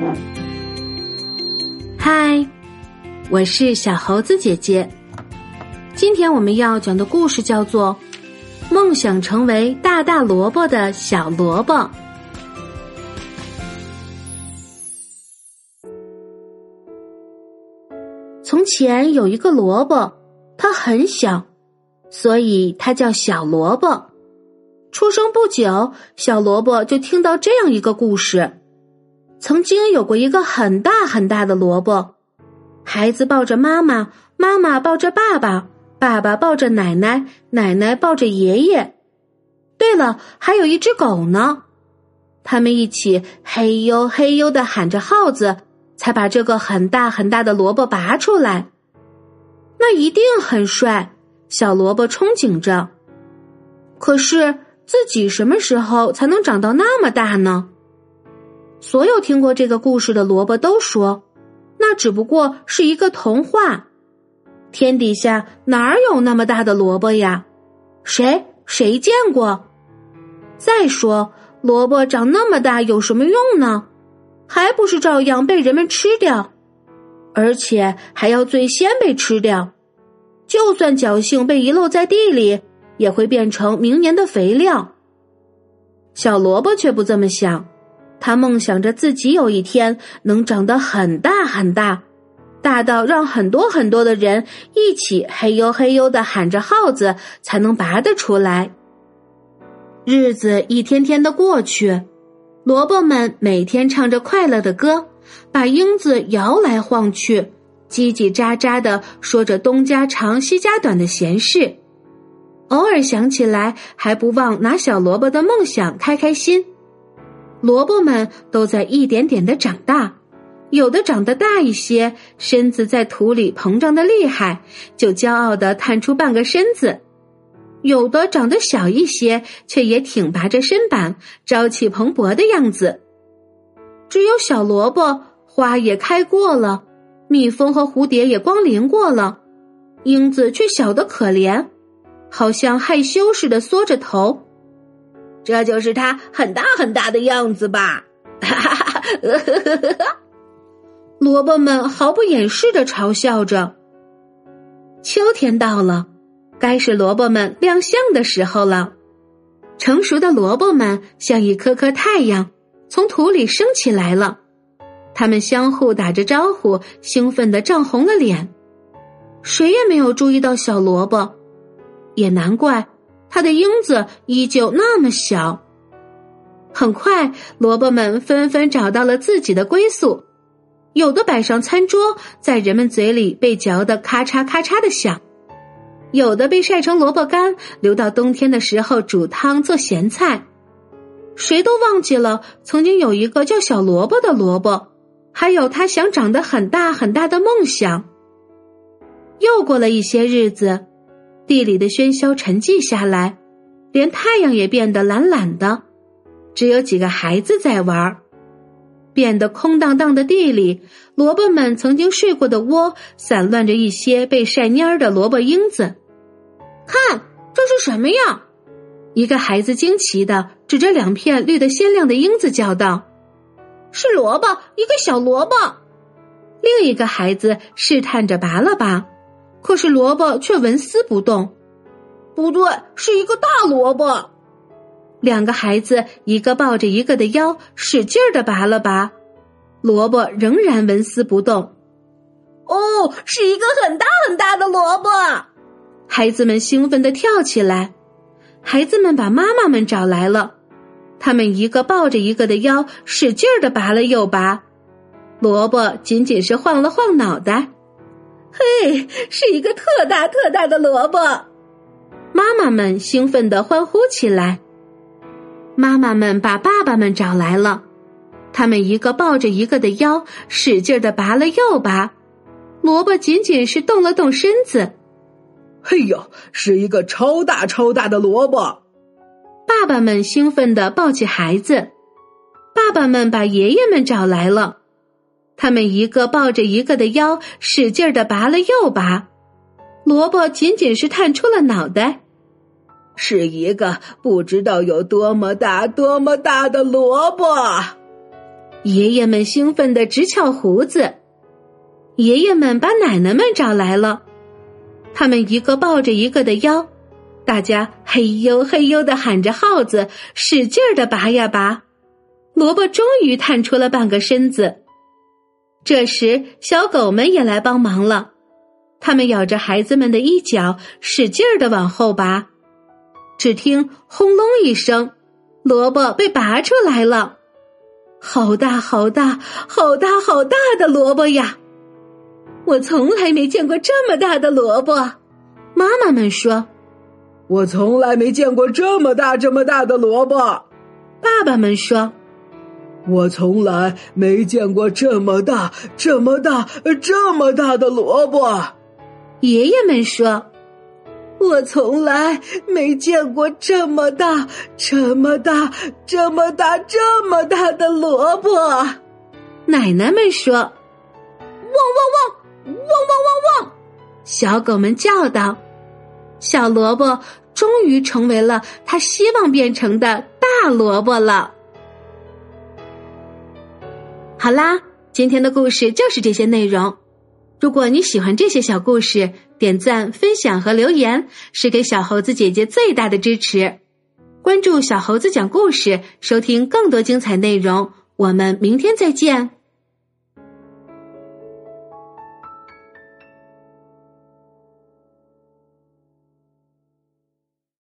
嗨，我是小猴子姐姐。今天我们要讲的故事叫做《梦想成为大大萝卜的小萝卜》。从前有一个萝卜，它很小，所以它叫小萝卜。出生不久，小萝卜就听到这样一个故事。曾经有过一个很大很大的萝卜，孩子抱着妈妈，妈妈抱着爸爸，爸爸抱着奶奶，奶奶抱着爷爷。对了，还有一只狗呢。他们一起嘿呦嘿呦地喊着号子，才把这个很大很大的萝卜拔出来。那一定很帅，小萝卜憧憬着。可是自己什么时候才能长到那么大呢？所有听过这个故事的萝卜都说，那只不过是一个童话。天底下哪有那么大的萝卜呀？谁见过？再说，萝卜长那么大有什么用呢？还不是照样被人们吃掉，而且还要最先被吃掉。就算侥幸被遗漏在地里，也会变成明年的肥料。小萝卜却不这么想，他梦想着自己有一天能长得很大很大，大到让很多很多的人一起嘿呦嘿呦地喊着号子才能拔得出来。日子一天天的过去，萝卜们每天唱着快乐的歌，把缨子摇来晃去，叽叽喳喳地说着东家长西家短的闲事。偶尔想起来，还不忘拿小萝卜的梦想开开心。萝卜们都在一点点地长大，有的长得大一些，身子在土里膨胀得厉害，就骄傲地探出半个身子；有的长得小一些，却也挺拔着身板，朝气蓬勃的样子。只有小萝卜，花也开过了，蜜蜂和蝴蝶也光临过了，缨子却小得可怜，好像害羞似的缩着头。 这就是它很大很大的样子吧？ 萝卜们毫不掩饰地嘲笑着。秋天到了，该是萝卜们亮相的时候了。成熟的萝卜们像一颗颗太阳，从土里升起来了。它们相互打着招呼，兴奋地涨红了脸。谁也没有注意到小萝卜，也难怪，它的缨子依旧那么小。很快，萝卜们纷纷找到了自己的归宿，有的摆上餐桌，在人们嘴里被嚼得咔嚓咔嚓的响；有的被晒成萝卜干，留到冬天的时候煮汤做咸菜。谁都忘记了曾经有一个叫小萝卜的萝卜，还有他想长得很大很大的梦想。又过了一些日子，地里的喧嚣沉寂下来，连太阳也变得懒懒的，只有几个孩子在玩。变得空荡荡的地里，萝卜们曾经睡过的窝散乱着一些被晒蔫儿的萝卜缨子。看，这是什么呀？一个孩子惊奇地指着两片绿得鲜亮的缨子叫道：是萝卜，一个小萝卜。另一个孩子试探着拔了拔，可是萝卜却纹丝不动。 不对，是一个大萝卜。 两个孩子一个抱着一个的腰，使劲地拔了拔，萝卜仍然纹丝不动。 哦，是一个很大很大的萝卜！ 孩子们兴奋地跳起来。孩子们把妈妈们找来了，他们一个抱着一个的腰，使劲地拔了又拔，萝卜仅仅是晃了晃脑袋。 嘿，是一个特大特大的萝卜！ 妈妈们兴奋地欢呼起来。妈妈们把爸爸们找来了，他们一个抱着一个的腰，使劲地拔了又拔，萝卜仅仅是动了动身子。 嘿呦，是一个超大超大的萝卜！ 爸爸们兴奋地抱起孩子。爸爸们把爷爷们找来了，他们一个抱着一个的腰，使劲地拔了又拔，萝卜仅仅是探出了脑袋。 是一个不知道有多么大多么大的萝卜。 爷爷们兴奋地直翘胡子。爷爷们把奶奶们找来了，他们一个抱着一个的腰，大家嘿呦嘿呦地喊着号子，使劲地拔呀拔。萝卜终于探出了半个身子。这时小狗们也来帮忙了，它们咬着孩子们的衣角，使劲地往后拔。只听轰隆一声，萝卜被拔出来了。好大好大好大好大的萝卜呀！我从来没见过这么大的萝卜。妈妈们说， 我从来没见过这么大这么大的萝卜。 爸爸们说， 我从来没见过这么大这么大这么大的萝卜。 爷爷们说， 我从来没见过这么大这么大这么大这么大的萝卜。 奶奶们说，汪汪汪汪汪汪汪汪！小狗们叫道。小萝卜终于成为了它希望变成的大萝卜了。好啦，今天的故事就是这些内容。如果你喜欢这些小故事，点赞、分享和留言是给小猴子姐姐最大的支持。关注小猴子讲故事，收听更多精彩内容。我们明天再见。